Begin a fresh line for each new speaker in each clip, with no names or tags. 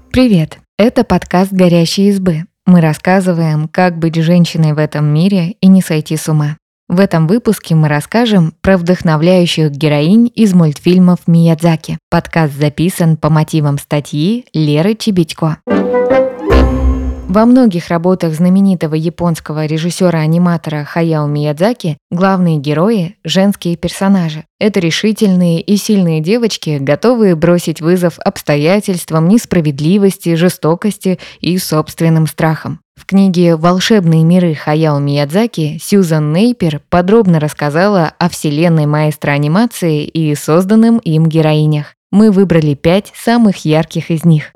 Привет! Это подкаст «Горящие избы». Мы рассказываем, как быть женщиной в этом мире и не сойти с ума. В этом выпуске мы расскажем про вдохновляющих героинь из мультфильмов Миядзаки. Подкаст записан по мотивам статьи Леры Чебедько. Во многих работах знаменитого японского режиссера-аниматора Хаяо Миядзаки главные герои – женские персонажи. Это решительные и сильные девочки, готовые бросить вызов обстоятельствам, несправедливости, жестокости и собственным страхам. В книге «Волшебные миры» Хаяо Миядзаки Сьюзан Нейпер подробно рассказала о вселенной маэстро анимации и созданным им героинях. Мы выбрали 5 самых ярких из них.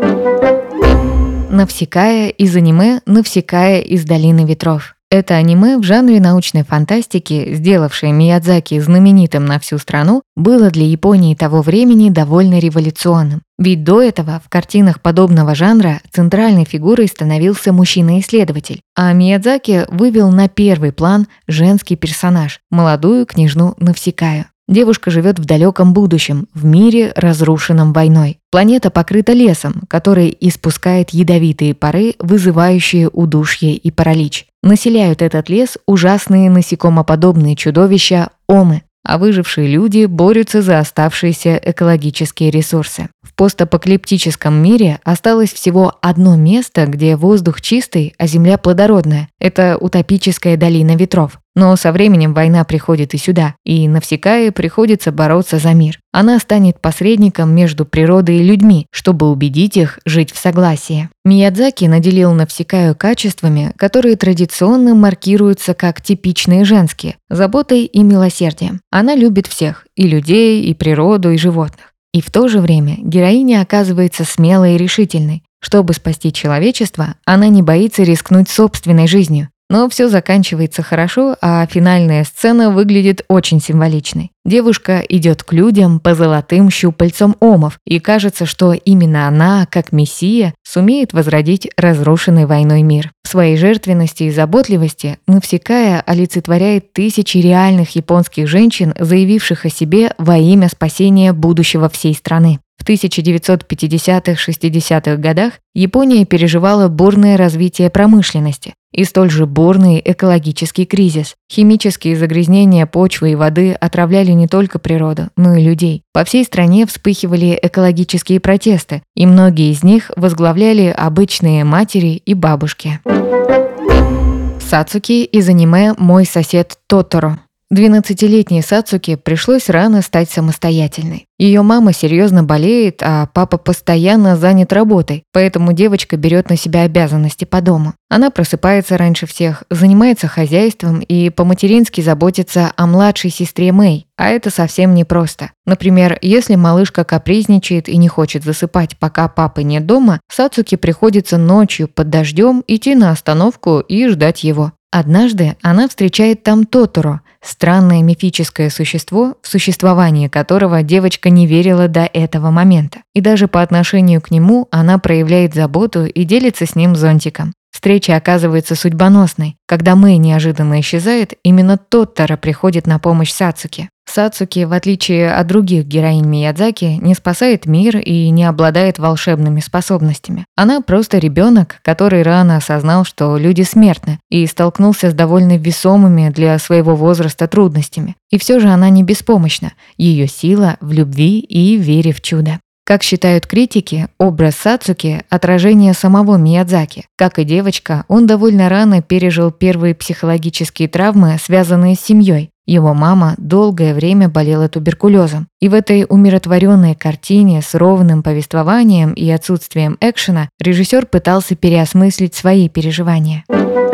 Навсекая из аниме «Навсекая из долины ветров». Это аниме в жанре научной фантастики, сделавшее Миядзаки знаменитым на всю страну, было для Японии того времени довольно революционным. Ведь до этого в картинах подобного жанра центральной фигурой становился мужчина-исследователь, а Миядзаки вывел на первый план женский персонаж – молодую княжну Навсекаю. Девушка живет в далеком будущем, в мире, разрушенном войной. Планета покрыта лесом, который испускает ядовитые пары, вызывающие удушье и паралич. Населяют этот лес ужасные насекомоподобные чудовища омы, а выжившие люди борются за оставшиеся экологические ресурсы. В постапокалиптическом мире осталось всего одно место, где воздух чистый, а земля плодородная. Это утопическая долина ветров. Но со временем война приходит и сюда, и Навсекае приходится бороться за мир. Она станет посредником между природой и людьми, чтобы убедить их жить в согласии. Миядзаки наделил Навсекаю качествами, которые традиционно маркируются как типичные женские – заботой и милосердием. Она любит всех – и людей, и природу, и животных. И в то же время героиня оказывается смелой и решительной. Чтобы спасти человечество, она не боится рискнуть собственной жизнью. Но все заканчивается хорошо, а финальная сцена выглядит очень символичной. Девушка идет к людям по золотым щупальцам омов, и кажется, что именно она, как мессия, сумеет возродить разрушенный войной мир. В своей жертвенности и заботливости Навсекая олицетворяет тысячи реальных японских женщин, заявивших о себе во имя спасения будущего всей страны. В 1950-60-х годах Япония переживала бурное развитие промышленности и столь же бурный экологический кризис. Химические загрязнения почвы и воды отравляли не только природу, но и людей. По всей стране вспыхивали экологические протесты, и многие из них возглавляли обычные матери и бабушки. Сацуки из аниме «Мой сосед Тоторо». 12-летней Сацуки пришлось рано стать самостоятельной. Ее мама серьезно болеет, а папа постоянно занят работой, поэтому девочка берет на себя обязанности по дому. Она просыпается раньше всех, занимается хозяйством и по-матерински заботится о младшей сестре Мэй, а это совсем непросто. Например, если малышка капризничает и не хочет засыпать, пока папы нет дома, Сацуки приходится ночью под дождем идти на остановку и ждать его. Однажды она встречает там Тоторо, странное мифическое существо, в существование которого девочка не верила до этого момента. И даже по отношению к нему она проявляет заботу и делится с ним зонтиком. Встреча оказывается судьбоносной. Когда Мэй неожиданно исчезает, именно Тоторо приходит на помощь Сацуки. Сацуки, в отличие от других героинь Миядзаки, не спасает мир и не обладает волшебными способностями. Она просто ребенок, который рано осознал, что люди смертны, и столкнулся с довольно весомыми для своего возраста трудностями. И все же она не беспомощна. Ее сила в любви и вере в чудо. Как считают критики, образ Сацуки – отражение самого Миядзаки. Как и девочка, он довольно рано пережил первые психологические травмы, связанные с семьей. Его мама долгое время болела туберкулезом. И в этой умиротворенной картине с ровным повествованием и отсутствием экшена режиссер пытался переосмыслить свои переживания.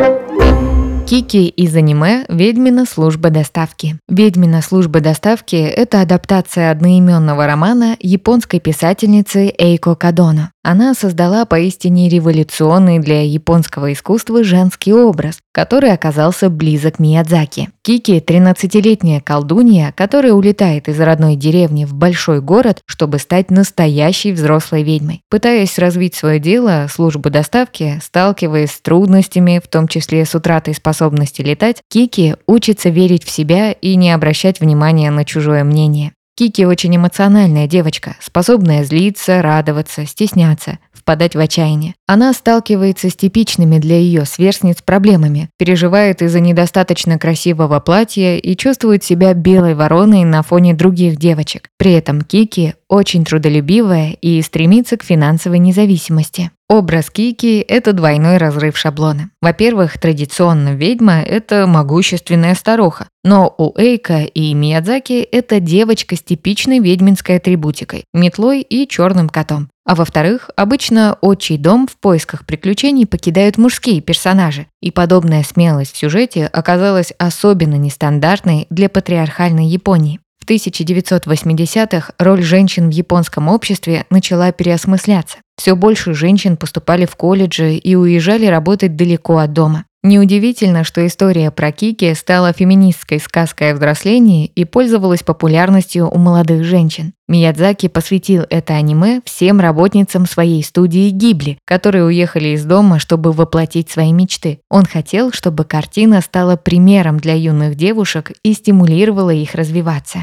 Кики из аниме «Ведьмина служба доставки». «Ведьмина служба доставки» – это адаптация одноименного романа японской писательницы Эйко Кадоно. Она создала поистине революционный для японского искусства женский образ, который оказался близок Миядзаки. Кики – 13-летняя колдунья, которая улетает из родной деревни в большой город, чтобы стать настоящей взрослой ведьмой. Пытаясь развить свое дело, службу доставки, сталкиваясь с трудностями, в том числе с утратой способности летать, Кики учится верить в себя и не обращать внимания на чужое мнение. Кики очень эмоциональная девочка, способная злиться, радоваться, стесняться. В впадать в отчаяние. Она сталкивается с типичными для ее сверстниц проблемами, переживает из-за недостаточно красивого платья и чувствует себя белой вороной на фоне других девочек. При этом Кики очень трудолюбивая и стремится к финансовой независимости. Образ Кики – это двойной разрыв шаблона. Во-первых, традиционно ведьма – это могущественная старуха, но у Эйка и Миядзаки это девочка с типичной ведьминской атрибутикой – метлой и черным котом. А во-вторых, обычно отчий дом в поисках приключений покидают мужские персонажи, и подобная смелость в сюжете оказалась особенно нестандартной для патриархальной Японии. В 1980-х роль женщин в японском обществе начала переосмысляться. Все больше женщин поступали в колледжи и уезжали работать далеко от дома. Неудивительно, что история про Кики стала феминистской сказкой о взрослении и пользовалась популярностью у молодых женщин. Миядзаки посвятил это аниме всем работницам своей студии Гибли, которые уехали из дома, чтобы воплотить свои мечты. Он хотел, чтобы картина стала примером для юных девушек и стимулировала их развиваться.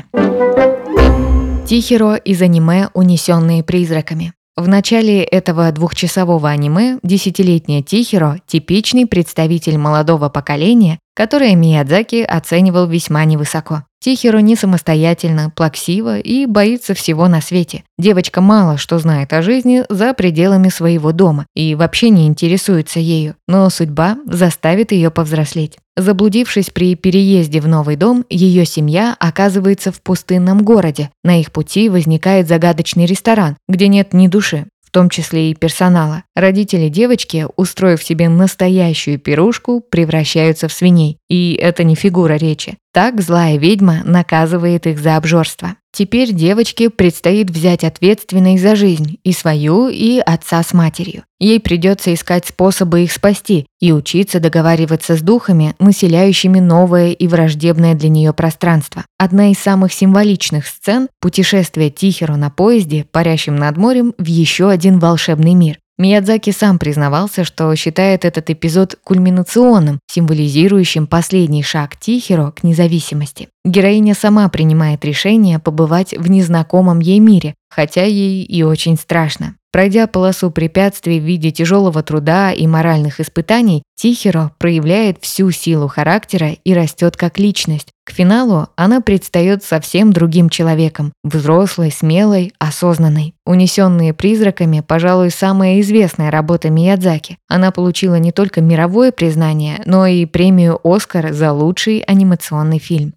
Тихиро из аниме «Унесенные призраками». В начале этого двухчасового аниме 10-летняя Тихиро – типичный представитель молодого поколения, которое Миядзаки оценивал весьма невысоко. Тихиро не самостоятельна, плаксива и боится всего на свете. Девочка мало что знает о жизни за пределами своего дома и вообще не интересуется ею, но судьба заставит ее повзрослеть. Заблудившись при переезде в новый дом, ее семья оказывается в пустынном городе. На их пути возникает загадочный ресторан, где нет ни души, в том числе и персонала. Родители девочки, устроив себе настоящую пирушку, превращаются в свиней. И это не фигура речи. Так злая ведьма наказывает их за обжорство. Теперь девочке предстоит взять ответственность за жизнь, и свою, и отца с матерью. Ей придется искать способы их спасти и учиться договариваться с духами, населяющими новое и враждебное для нее пространство. Одна из самых символичных сцен – путешествие Тихиро на поезде, парящем над морем, в еще один волшебный мир. Миядзаки сам признавался, что считает этот эпизод кульминационным, символизирующим последний шаг Тихиро к независимости. Героиня сама принимает решение побывать в незнакомом ей мире, хотя ей и очень страшно. Пройдя полосу препятствий в виде тяжелого труда и моральных испытаний, Тихиро проявляет всю силу характера и растет как личность. К финалу она предстает совсем другим человеком, взрослой, смелой, осознанной. «Унесенные призраками», пожалуй, самая известная работа Миядзаки. Она получила не только мировое признание, но и премию «Оскар» за лучший анимационный фильм.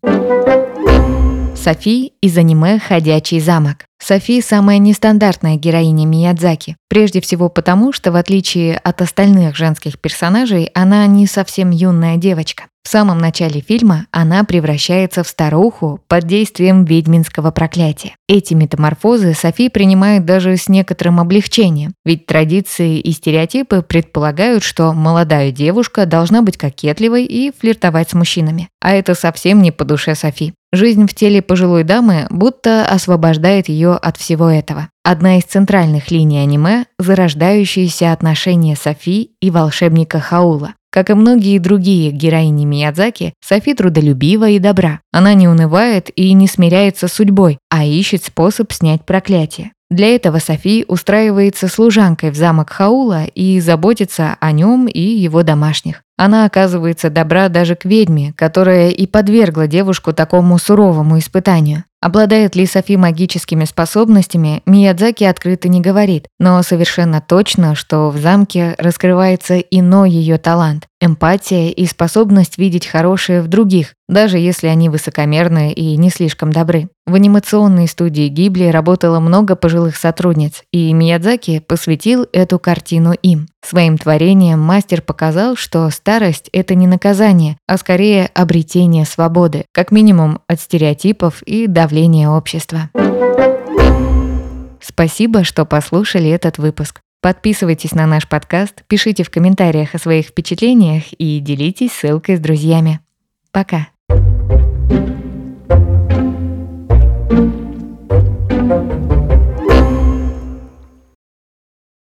Софи из аниме «Ходячий замок». Софи – самая нестандартная героиня Миядзаки. Прежде всего потому, что в отличие от остальных женских персонажей, она не совсем юная девочка. В самом начале фильма она превращается в старуху под действием ведьминского проклятия. Эти метаморфозы Софи принимает даже с некоторым облегчением, ведь традиции и стереотипы предполагают, что молодая девушка должна быть кокетливой и флиртовать с мужчинами. А это совсем не по душе Софи. Жизнь в теле пожилой дамы будто освобождает ее от всего этого. Одна из центральных линий аниме – зарождающиеся отношения Софи и волшебника Хаула. Как и многие другие героини Миядзаки, Софи трудолюбива и добра. Она не унывает и не смиряется с судьбой, а ищет способ снять проклятие. Для этого Софи устраивается служанкой в замок Хаула и заботится о нем и его домашних. Она оказывается добра даже к ведьме, которая и подвергла девушку такому суровому испытанию. Обладает ли Софи магическими способностями, Миядзаки открыто не говорит, но совершенно точно, что в замке раскрывается иной ее талант – эмпатия и способность видеть хорошее в других, даже если они высокомерны и не слишком добры. В анимационной студии Гибли работало много пожилых сотрудниц, и Миядзаки посвятил эту картину им. Своим творением мастер показал, что старость – это не наказание, а скорее обретение свободы, как минимум от стереотипов и давления общества. Спасибо, что послушали этот выпуск. Подписывайтесь на наш подкаст, пишите в комментариях о своих впечатлениях и делитесь ссылкой с друзьями. Пока!